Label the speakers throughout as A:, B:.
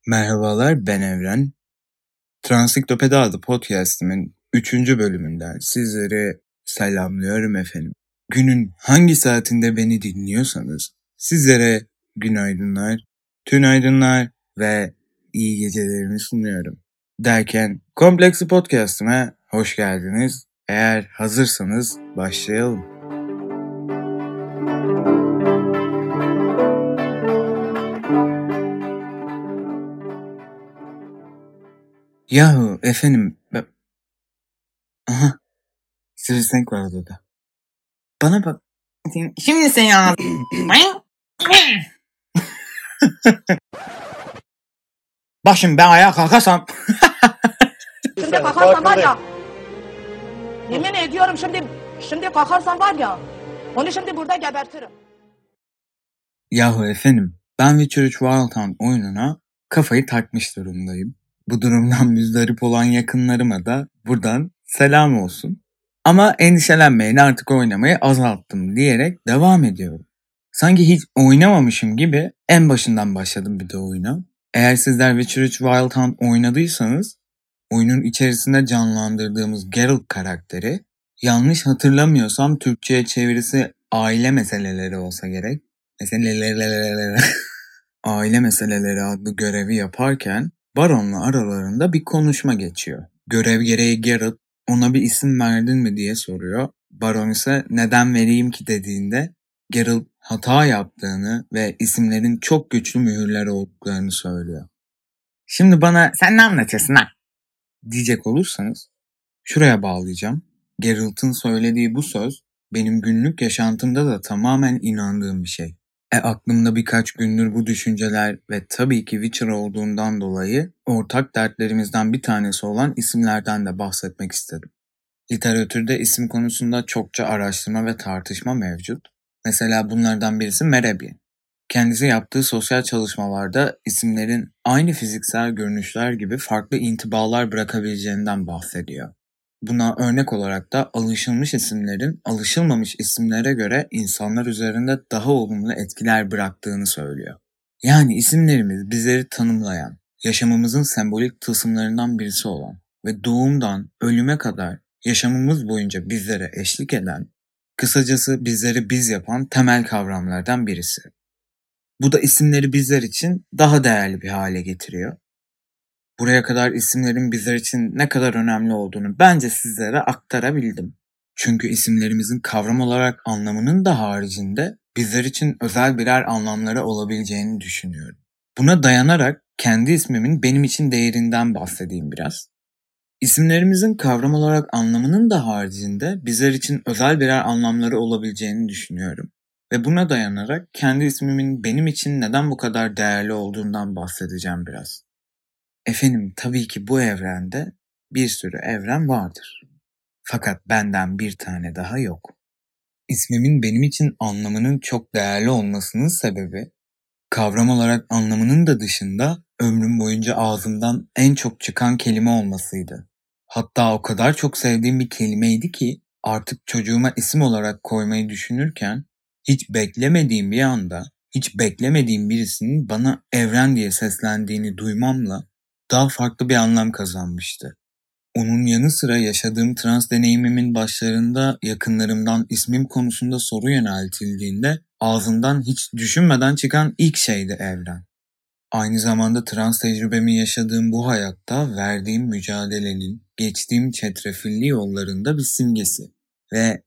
A: Merhabalar, ben Evren. Transiklopedi adlı podcast'imin 3. bölümünden sizleri selamlıyorum efendim. Günün hangi saatinde beni dinliyorsanız sizlere günaydınlar, tünaydınlar ve iyi gecelerimi sunuyorum. Derken Kompleksi Podcast'ime hoş geldiniz. Eğer hazırsanız başlayalım. Yahu efendim, aha, sivrisinek var odada. Bana bak. Şimdi seni anladım. Bak şimdi ben ayağa kalkarsam.
B: Şimdi kalkarsan var ya. Yemin ediyorum şimdi kalkarsan var ya. Onu şimdi burada gebertirim.
A: Yahu efendim, ben Witcher 3 Wild Hunt oyununa kafayı takmış durumdayım. Bu durumdan müzdarip olan yakınlarıma da buradan selam olsun. Ama endişelenmeyin, artık oynamayı azalttım diyerek devam ediyorum. Sanki hiç oynamamışım gibi en başından başladım bir de oyuna. Eğer sizler Witcher 3 Wild Hunt oynadıysanız oyunun içerisinde canlandırdığımız Geralt karakteri, yanlış hatırlamıyorsam Türkçe'ye çevirisi aile meseleleri olsa gerek. Aile meseleleri adlı görevi yaparken Baron'la aralarında bir konuşma geçiyor. Görev gereği Geralt ona bir isim verdin mi diye soruyor. Baron ise neden vereyim ki dediğinde Geralt hata yaptığını ve isimlerin çok güçlü mühürler olduklarını söylüyor. Şimdi bana sen ne anlatıyorsun ha diyecek olursanız şuraya bağlayacağım. Geralt'ın söylediği bu söz benim günlük yaşantımda da tamamen inandığım bir şey. Aklımda birkaç gündür bu düşünceler ve tabii ki Witcher olduğundan dolayı ortak dertlerimizden bir tanesi olan isimlerden de bahsetmek istedim. Literatürde isim konusunda çokça araştırma ve tartışma mevcut. Mesela bunlardan birisi Merebi. Kendisi yaptığı sosyal çalışmalarda isimlerin aynı fiziksel görünüşler gibi farklı intibalar bırakabileceğinden bahsediyor. Buna örnek olarak da alışılmış isimlerin alışılmamış isimlere göre insanlar üzerinde daha olumlu etkiler bıraktığını söylüyor. Yani isimlerimiz bizleri tanımlayan, yaşamımızın sembolik tılsımlarından birisi olan ve doğumdan ölüme kadar yaşamımız boyunca bizlere eşlik eden, kısacası bizleri biz yapan temel kavramlardan birisi. Bu da isimleri bizler için daha değerli bir hale getiriyor. Buraya kadar isimlerin bizler için ne kadar önemli olduğunu bence sizlere aktarabildim. Çünkü isimlerimizin kavram olarak anlamının da haricinde bizler için özel birer anlamları olabileceğini düşünüyorum. Buna dayanarak kendi ismimin benim için değerinden bahsedeyim biraz. İsimlerimizin kavram olarak anlamının da haricinde bizler için özel birer anlamları olabileceğini düşünüyorum. Ve buna dayanarak kendi ismimin benim için neden bu kadar değerli olduğundan bahsedeceğim biraz. Efendim tabii ki bu evrende bir sürü evren vardır. Fakat benden bir tane daha yok. İsmimin benim için anlamının çok değerli olmasının sebebi, kavram olarak anlamının da dışında ömrüm boyunca ağzımdan en çok çıkan kelime olmasıydı. Hatta o kadar çok sevdiğim bir kelimeydi ki artık çocuğuma isim olarak koymayı düşünürken hiç beklemediğim bir anda, hiç beklemediğim birisinin bana Evren diye seslendiğini duymamla daha farklı bir anlam kazanmıştı. Onun yanı sıra yaşadığım trans deneyimimin başlarında yakınlarımdan ismim konusunda soru yöneltildiğinde ağzımdan hiç düşünmeden çıkan ilk şeydi Evren. Aynı zamanda trans tecrübemi yaşadığım bu hayatta verdiğim mücadelenin, geçtiğim çetrefilli yollarında bir simgesi. Ve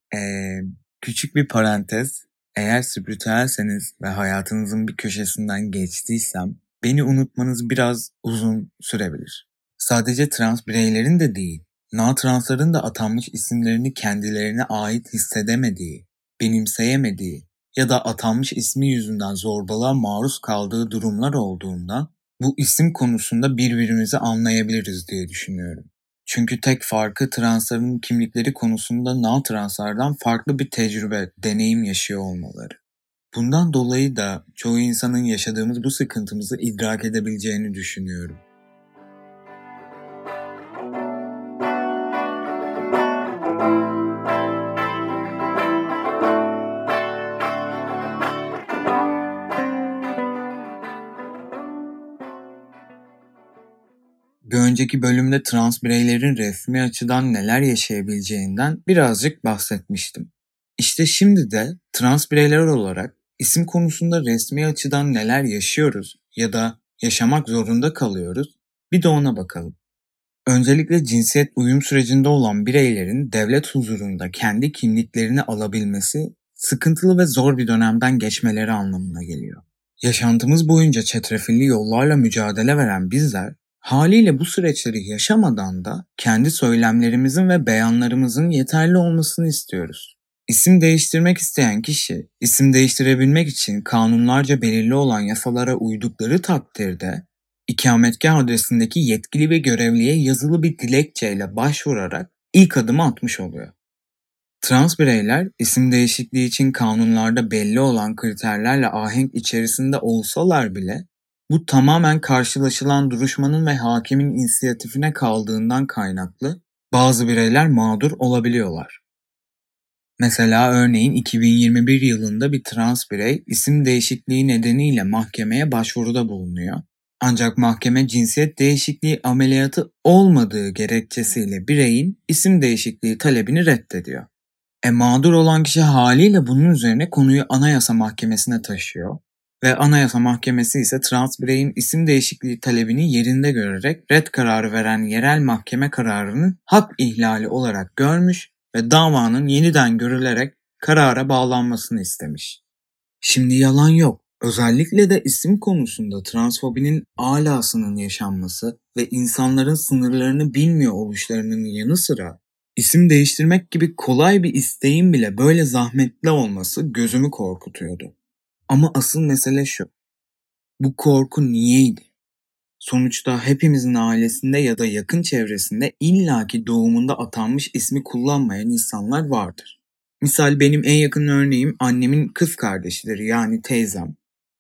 A: küçük bir parantez, eğer spiritüelseniz ve hayatınızın bir köşesinden geçtiysem, beni unutmanız biraz uzun sürebilir. Sadece trans bireylerin de değil, na-transların da atanmış isimlerini kendilerine ait hissedemediği, benimseyemediği ya da atanmış ismi yüzünden zorbalığa maruz kaldığı durumlar olduğunda bu isim konusunda birbirimizi anlayabiliriz diye düşünüyorum. Çünkü tek farkı transların kimlikleri konusunda na-translardan farklı bir tecrübe, deneyim yaşıyor olmaları. Bundan dolayı da çoğu insanın yaşadığımız bu sıkıntımızı idrak edebileceğini düşünüyorum. önceki bölümde trans bireylerin resmi açıdan neler yaşayabileceğinden birazcık bahsetmiştim. İşte şimdi de trans bireyler olarak isim konusunda resmi açıdan neler yaşıyoruz ya da yaşamak zorunda kalıyoruz, bir de ona bakalım. Öncelikle cinsiyet uyum sürecinde olan bireylerin devlet huzurunda kendi kimliklerini alabilmesi sıkıntılı ve zor bir dönemden geçmeleri anlamına geliyor. Yaşantımız boyunca çetrefilli yollarla mücadele veren bizler, haliyle bu süreçleri yaşamadan da kendi söylemlerimizin ve beyanlarımızın yeterli olmasını istiyoruz. İsim değiştirmek isteyen kişi, isim değiştirebilmek için kanunlarca belirli olan yasalara uydukları takdirde, ikametgah adresindeki yetkili ve görevliye yazılı bir dilekçeyle başvurarak ilk adımı atmış oluyor. Trans bireyler isim değişikliği için kanunlarda belli olan kriterlerle ahenk içerisinde olsalar bile bu tamamen karşılaşılan duruşmanın ve hakimin inisiyatifine kaldığından kaynaklı bazı bireyler mağdur olabiliyorlar. Mesela örneğin 2021 yılında bir trans birey isim değişikliği nedeniyle mahkemeye başvuruda bulunuyor. Ancak mahkeme cinsiyet değişikliği ameliyatı olmadığı gerekçesiyle bireyin isim değişikliği talebini reddediyor. Mağdur olan kişi haliyle bunun üzerine konuyu Anayasa Mahkemesi'ne taşıyor ve Anayasa Mahkemesi ise trans bireyin isim değişikliği talebini yerinde görerek red kararı veren yerel mahkeme kararının hak ihlali olarak görmüş ve davanın yeniden görülerek karara bağlanmasını istemiş. Şimdi yalan yok. Özellikle de isim konusunda transfobinin alasının yaşanması ve insanların sınırlarını bilmiyor oluşlarının yanı sıra İsim değiştirmek gibi kolay bir isteğin bile böyle zahmetli olması gözümü korkutuyordu. Ama asıl mesele şu. Bu korku niyeydi? Sonuçta hepimizin ailesinde ya da yakın çevresinde illaki doğumunda atanmış ismi kullanmayan insanlar vardır. Misal benim en yakın örneğim annemin kız kardeşidir, yani teyzem.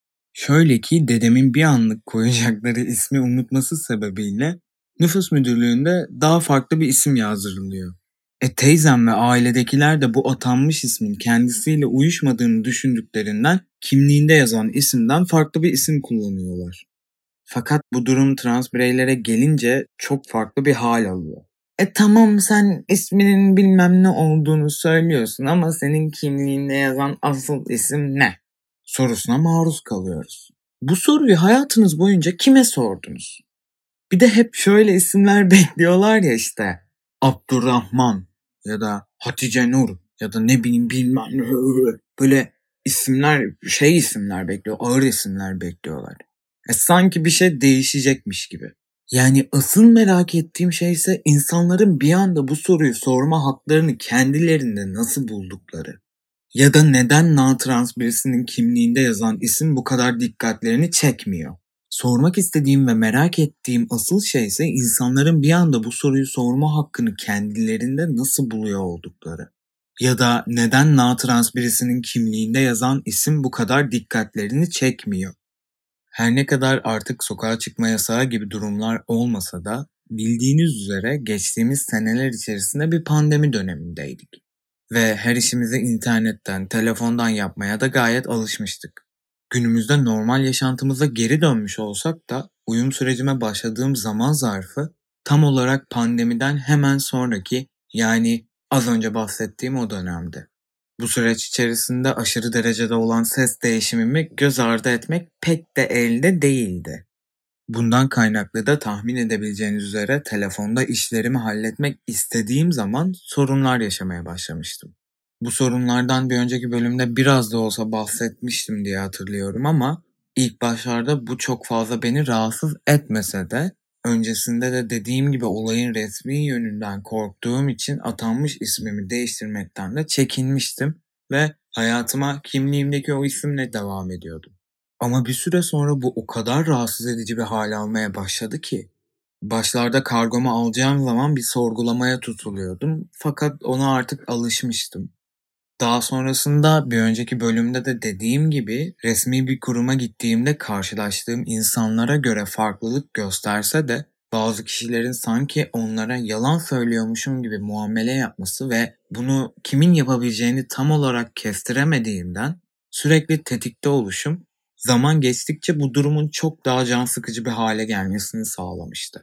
A: Şöyle ki dedemin bir anlık koyacakları ismi unutması sebebiyle nüfus müdürlüğünde daha farklı bir isim yazdırılıyor. Teyzem ve ailedekiler de bu atanmış ismin kendisiyle uyuşmadığını düşündüklerinden kimliğinde yazan isimden farklı bir isim kullanıyorlar. Fakat bu durum trans bireylere gelince çok farklı bir hal alıyor. Tamam, sen isminin bilmem ne olduğunu söylüyorsun ama senin kimliğinde yazan asıl isim ne? Sorusuna maruz kalıyoruz. Bu soruyu hayatınız boyunca kime sordunuz? Bir de hep şöyle isimler bekliyorlar ya işte. Abdurrahman ya da Hatice Nur ya da ne bileyim bilmem ne, böyle isimler, isimler bekliyor, ağır isimler bekliyorlar. Sanki bir şey değişecekmiş gibi. Yani asıl merak ettiğim şey ise insanların bir anda bu soruyu sorma haklarını kendilerinde nasıl buldukları. Ya da neden na-trans birisinin kimliğinde yazan isim bu kadar dikkatlerini çekmiyor? Sormak istediğim ve merak ettiğim asıl şey ise insanların bir anda bu soruyu sorma hakkını kendilerinde nasıl buluyor oldukları. Ya da neden na-trans birisinin kimliğinde yazan isim bu kadar dikkatlerini çekmiyor? Her ne kadar artık sokağa çıkma yasağı gibi durumlar olmasa da bildiğiniz üzere geçtiğimiz seneler içerisinde bir pandemi dönemindeydik. Ve her işimizi internetten, telefondan yapmaya da gayet alışmıştık. Günümüzde normal yaşantımıza geri dönmüş olsak da uyum sürecime başladığım zaman zarfı tam olarak pandemiden hemen sonraki, yani az önce bahsettiğim o dönemde. Bu süreç içerisinde aşırı derecede olan ses değişimimi göz ardı etmek pek de elde değildi. Bundan kaynaklı da tahmin edebileceğiniz üzere telefonda işlerimi halletmek istediğim zaman sorunlar yaşamaya başlamıştım. Bu sorunlardan bir önceki bölümde biraz da olsa bahsetmiştim diye hatırlıyorum ama ilk başlarda bu çok fazla beni rahatsız etmese de öncesinde de dediğim gibi olayın resmi yönünden korktuğum için atanmış ismimi değiştirmekten de çekinmiştim ve hayatıma kimliğimdeki o isimle devam ediyordum. Ama bir süre sonra bu o kadar rahatsız edici bir hale almaya başladı ki başlarda kargomu alacağım zaman bir sorgulamaya tutuluyordum fakat ona artık alışmıştım. Daha sonrasında bir önceki bölümde de dediğim gibi resmi bir kuruma gittiğimde karşılaştığım insanlara göre farklılık gösterse de bazı kişilerin sanki onlara yalan söylüyormuşum gibi muamele yapması ve bunu kimin yapabileceğini tam olarak kestiremediğimden sürekli tetikte oluşum zaman geçtikçe bu durumun çok daha can sıkıcı bir hale gelmesini sağlamıştı.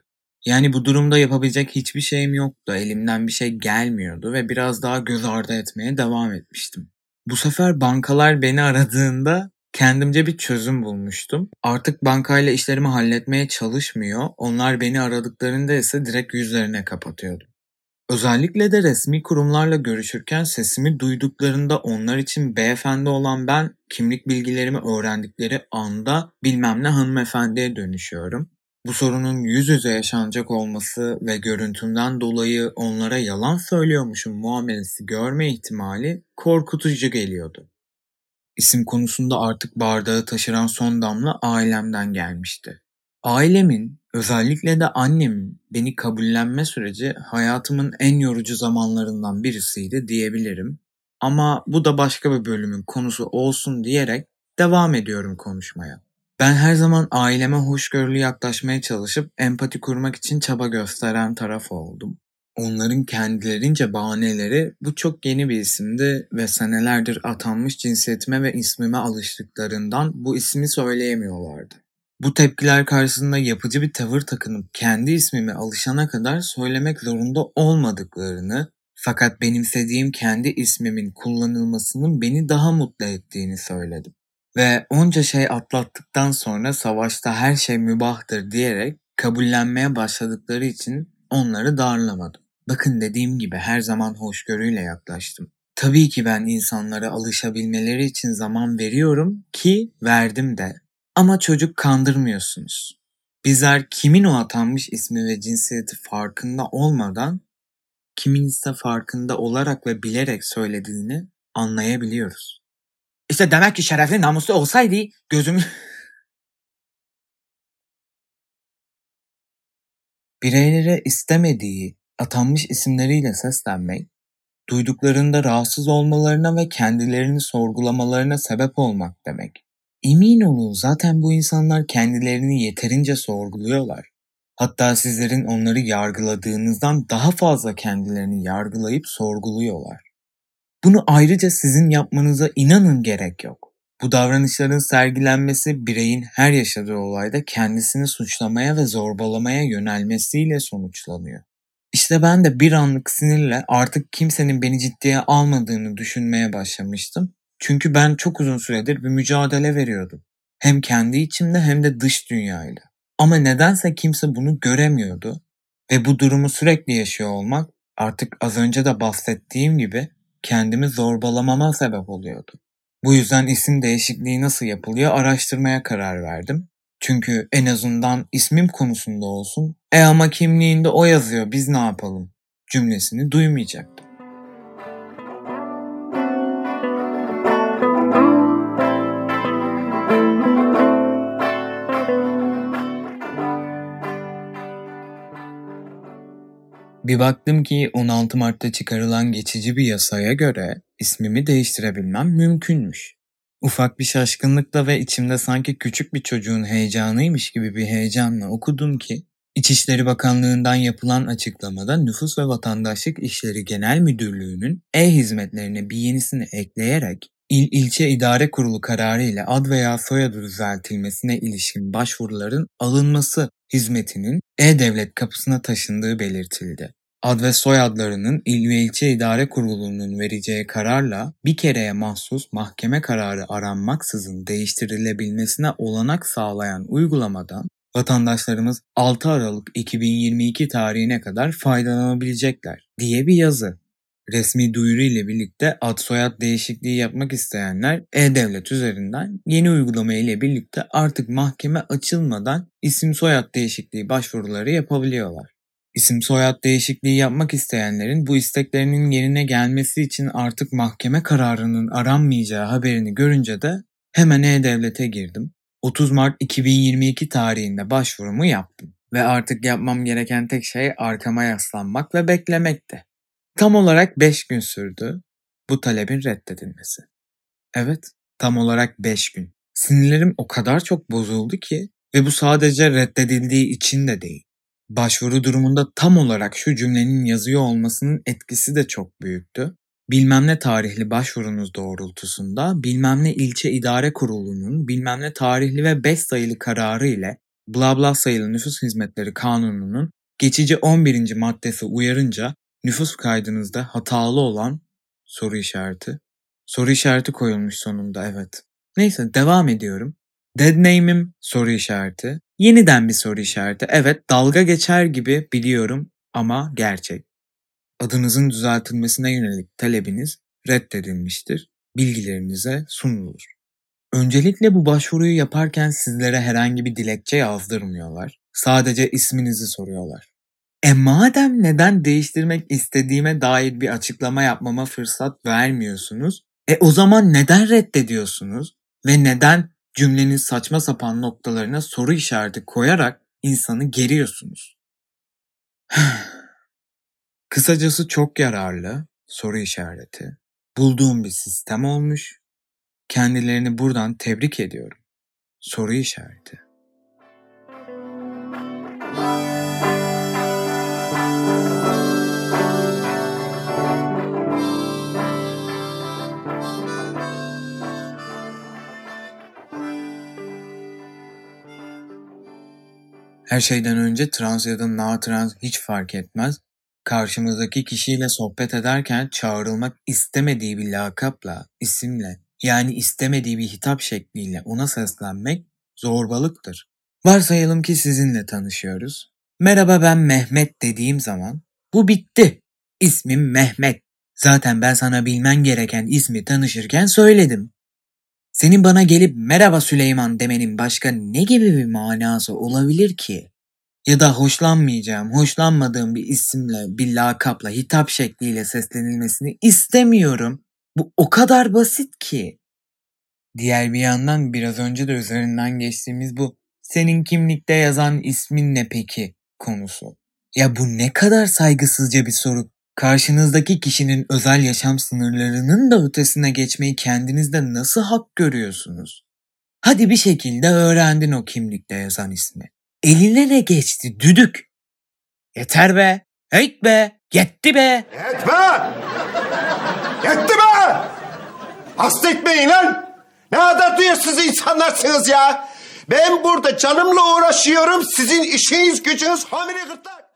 A: Yani bu durumda yapabilecek hiçbir şeyim yoktu. Elimden bir şey gelmiyordu ve biraz daha göz ardı etmeye devam etmiştim. Bu sefer bankalar beni aradığında kendimce bir çözüm bulmuştum. Artık bankayla işlerimi halletmeye çalışmıyor. Onlar beni aradıklarında ise direkt yüzlerine kapatıyordum. Özellikle de resmi kurumlarla görüşürken sesimi duyduklarında onlar için beyefendi olan ben kimlik bilgilerimi öğrendikleri anda bilmem ne hanımefendiye dönüşüyorum. Bu sorunun yüz yüze yaşanacak olması ve görüntümden dolayı onlara yalan söylüyormuşum muamelesi görme ihtimali korkutucu geliyordu. İsim konusunda artık bardağı taşıran son damla ailemden gelmişti. Ailemin, özellikle de annemin beni kabullenme süreci hayatımın en yorucu zamanlarından birisiydi diyebilirim. Ama bu da başka bir bölümün konusu olsun diyerek devam ediyorum konuşmaya. Ben her zaman aileme hoşgörülü yaklaşmaya çalışıp empati kurmak için çaba gösteren taraf oldum. Onların kendilerince bahaneleri bu çok yeni bir isimdi ve senelerdir atanmış cinsiyetime ve ismime alıştıklarından bu ismi söyleyemiyorlardı. Bu tepkiler karşısında yapıcı bir tavır takınıp kendi ismime alışana kadar söylemek zorunda olmadıklarını, fakat benimsediğim kendi ismimin kullanılmasının beni daha mutlu ettiğini söyledim. Ve onca şey atlattıktan sonra savaşta her şey mübahtır diyerek kabullenmeye başladıkları için onları darlamadım. Bakın dediğim gibi her zaman hoşgörüyle yaklaştım. Tabii ki ben insanlara alışabilmeleri için zaman veriyorum ki verdim de. Ama çocuk kandırmıyorsunuz. Bizler kimin o atanmış ismi ve cinsiyeti farkında olmadan, kimin ise farkında olarak ve bilerek söylediğini anlayabiliyoruz. İşte demek ki şerefli namuslu olsaydı gözüm... Bireylere istemediği, atanmış isimleriyle seslenmek, duyduklarında rahatsız olmalarına ve kendilerini sorgulamalarına sebep olmak demek. Emin olun zaten bu insanlar kendilerini yeterince sorguluyorlar. Hatta sizlerin onları yargıladığınızdan daha fazla kendilerini yargılayıp sorguluyorlar. Bunu ayrıca sizin yapmanıza inanın gerek yok. Bu davranışların sergilenmesi bireyin her yaşadığı olayda kendisini suçlamaya ve zorbalamaya yönelmesiyle sonuçlanıyor. İşte ben de bir anlık sinirle artık kimsenin beni ciddiye almadığını düşünmeye başlamıştım. Çünkü ben çok uzun süredir bir mücadele veriyordum. Hem kendi içimde hem de dış dünyayla. Ama nedense kimse bunu göremiyordu. Ve bu durumu sürekli yaşıyor olmak artık az önce de bahsettiğim gibi kendimi zorbalamama sebep oluyordu. Bu yüzden isim değişikliği nasıl yapılıyor araştırmaya karar verdim. Çünkü en azından ismim konusunda olsun, ama kimliğinde o yazıyor biz ne yapalım cümlesini duymayacaktım. Bir baktım ki 16 Mart'ta çıkarılan geçici bir yasaya göre ismimi değiştirebilmem mümkünmüş. Ufak bir şaşkınlıkla ve içimde sanki küçük bir çocuğun heyecanıymış gibi bir heyecanla okudum ki İçişleri Bakanlığı'ndan yapılan açıklamada Nüfus ve Vatandaşlık İşleri Genel Müdürlüğü'nün e-hizmetlerine bir yenisini ekleyerek İl İlçe İdare Kurulu kararı ile ad veya soyadı düzeltilmesine ilişkin başvuruların alınması hizmetinin e-Devlet kapısına taşındığı belirtildi. Ad ve soyadlarının İl ve İlçe İdare Kurulu'nun vereceği kararla bir kereye mahsus mahkeme kararı aranmaksızın değiştirilebilmesine olanak sağlayan uygulamadan vatandaşlarımız 6 Aralık 2022 tarihine kadar faydalanabilecekler diye bir yazı. Resmi duyuru ile birlikte ad soyad değişikliği yapmak isteyenler e-Devlet üzerinden yeni uygulama ile birlikte artık mahkeme açılmadan isim soyad değişikliği başvuruları yapabiliyorlar. İsim soyad değişikliği yapmak isteyenlerin bu isteklerinin yerine gelmesi için artık mahkeme kararının aranmayacağı haberini görünce de hemen e-Devlet'e girdim. 30 Mart 2022 tarihinde başvurumu yaptım ve artık yapmam gereken tek şey arkama yaslanmak ve beklemekti. Tam olarak 5 gün sürdü bu talebin reddedilmesi. Evet, tam olarak 5 gün. Sinirlerim o kadar çok bozuldu ki ve bu sadece reddedildiği için de değil. Başvuru durumunda tam olarak şu cümlenin yazıyor olmasının etkisi de çok büyüktü. Bilmem ne tarihli başvurunuz doğrultusunda bilmem ne ilçe idare kurulunun bilmem ne tarihli ve 5 sayılı kararı ile bla bla sayılı nüfus hizmetleri kanununun geçici 11. maddesi uyarınca nüfus kaydınızda hatalı olan soru işareti koyulmuş sonunda, evet. Neyse, devam ediyorum. Dead name'im soru işareti. Yeniden bir soru işareti. Evet, dalga geçer gibi biliyorum ama gerçek. Adınızın düzeltilmesine yönelik talebiniz reddedilmiştir. Bilgilerinize sunulur. Öncelikle bu başvuruyu yaparken sizlere herhangi bir dilekçe yazdırmıyorlar. Sadece isminizi soruyorlar. Madem neden değiştirmek istediğime dair bir açıklama yapmama fırsat vermiyorsunuz, o zaman neden reddediyorsunuz ve neden cümlenin saçma sapan noktalarına soru işareti koyarak insanı geriyorsunuz? Kısacası çok yararlı soru işareti. Bulduğum bir sistem olmuş. Kendilerini buradan tebrik ediyorum. Soru işareti. Her şeyden önce trans ya da na trans hiç fark etmez. Karşımızdaki kişiyle sohbet ederken çağrılmak istemediği bir lakapla, isimle, yani istemediği bir hitap şekliyle ona seslenmek zorbalıktır. Varsayalım ki sizinle tanışıyoruz. Merhaba, ben Mehmet dediğim zaman bu bitti. İsmim Mehmet. Zaten ben sana bilmen gereken ismi tanışırken söyledim. Senin bana gelip merhaba Süleyman demenin başka ne gibi bir manası olabilir ki? Ya da hoşlanmadığım bir isimle, bir lakapla, hitap şekliyle seslenilmesini istemiyorum. Bu o kadar basit ki. Diğer bir yandan biraz önce de üzerinden geçtiğimiz bu senin kimlikte yazan ismin ne peki konusu. Ya bu ne kadar saygısızca bir soru. Karşınızdaki kişinin özel yaşam sınırlarının da ötesine geçmeyi kendinizde nasıl hak görüyorsunuz? Hadi bir şekilde öğrendin o kimlikte yazan ismi. Eline ne geçti düdük? Yeter be, heyt be, yetti be.
C: Yetme! Yetti be! Hasta etmeyin lan! Ne kadar duyarsız insanlarsınız ya! Ben burada canımla uğraşıyorum, sizin işiniz gücünüz hamile gırtlak!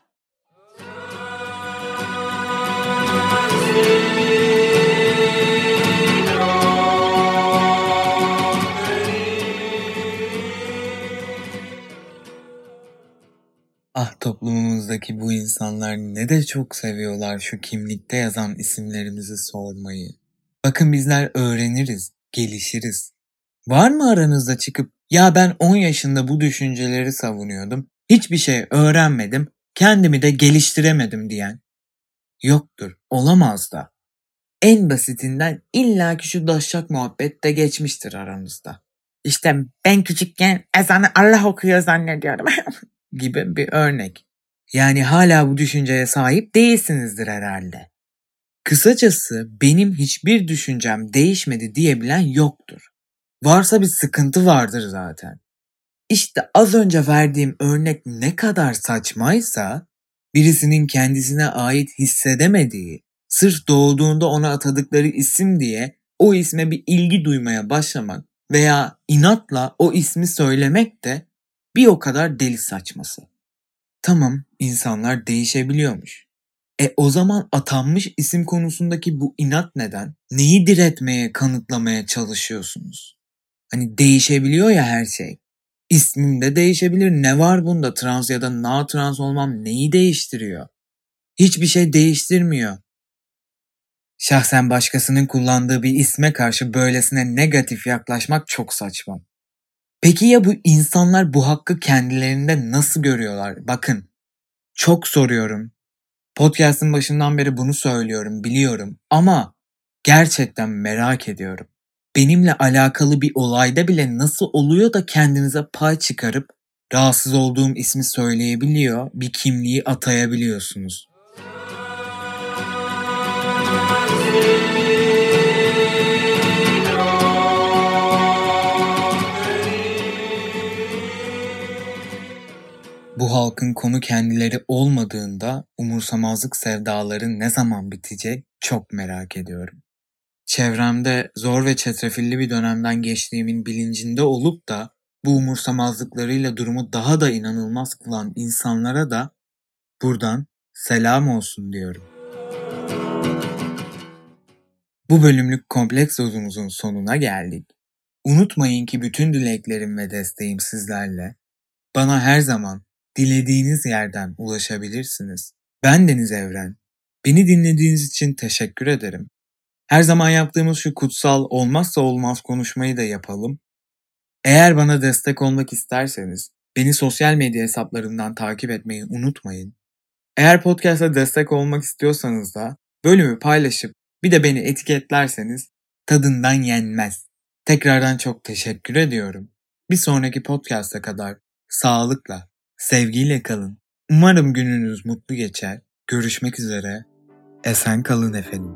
A: Ah, toplumumuzdaki bu insanlar ne de çok seviyorlar şu kimlikte yazan isimlerimizi sormayı. Bakın, bizler öğreniriz, gelişiriz. Var mı aranızda çıkıp ya ben 10 yaşında bu düşünceleri savunuyordum, hiçbir şey öğrenmedim, kendimi de geliştiremedim diyen? Yoktur, olamaz da. En basitinden illaki şu daşşak muhabbet de geçmiştir aramızda. İşte ben küçükken ezanı Allah okuyor zannediyorum gibi bir örnek. Yani hala bu düşünceye sahip değilsinizdir herhalde. Kısacası benim hiçbir düşüncem değişmedi diyebilen yoktur. Varsa bir sıkıntı vardır zaten. İşte az önce verdiğim örnek ne kadar saçmaysa, birisinin kendisine ait hissedemediği, sırf doğduğunda ona atadıkları isim diye o isme bir ilgi duymaya başlamak veya inatla o ismi söylemek de bir o kadar deli saçması. Tamam, insanlar değişebiliyormuş. O zaman atanmış isim konusundaki bu inat neden? Neyi diretmeye, kanıtlamaya çalışıyorsunuz? Hani değişebiliyor ya her şey. İsmim de değişebilir. Ne var bunda? Trans ya da na trans olmam neyi değiştiriyor? Hiçbir şey değiştirmiyor. Şahsen başkasının kullandığı bir isme karşı böylesine negatif yaklaşmak çok saçma. Peki ya bu insanlar bu hakkı kendilerinde nasıl görüyorlar? Bakın, çok soruyorum. Podcast'ın başından beri bunu söylüyorum, biliyorum ama gerçekten merak ediyorum. Benimle alakalı bir olayda bile nasıl oluyor da kendinize pay çıkarıp rahatsız olduğum ismi söyleyebiliyor, bir kimliği atayabiliyorsunuz? Bu halkın konu kendileri olmadığında umursamazlık sevdaları ne zaman bitecek çok merak ediyorum. Çevremde zor ve çetrefilli bir dönemden geçtiğimin bilincinde olup da bu umursamazlıklarıyla durumu daha da inanılmaz kılan insanlara da buradan selam olsun diyorum. Bu bölümlük kompleks dozumuzun sonuna geldik. Unutmayın ki bütün dileklerim ve desteğim sizlerle. Bana her zaman dilediğiniz yerden ulaşabilirsiniz. Ben Deniz Evren. Beni dinlediğiniz için teşekkür ederim. Her zaman yaptığımız şu kutsal olmazsa olmaz konuşmayı da yapalım. Eğer bana destek olmak isterseniz beni sosyal medya hesaplarımdan takip etmeyi unutmayın. Eğer podcast'a destek olmak istiyorsanız da bölümü paylaşıp bir de beni etiketlerseniz tadından yenmez. Tekrardan çok teşekkür ediyorum. Bir sonraki podcast'a kadar sağlıkla, sevgiyle kalın. Umarım gününüz mutlu geçer. Görüşmek üzere. Esen kalın efendim.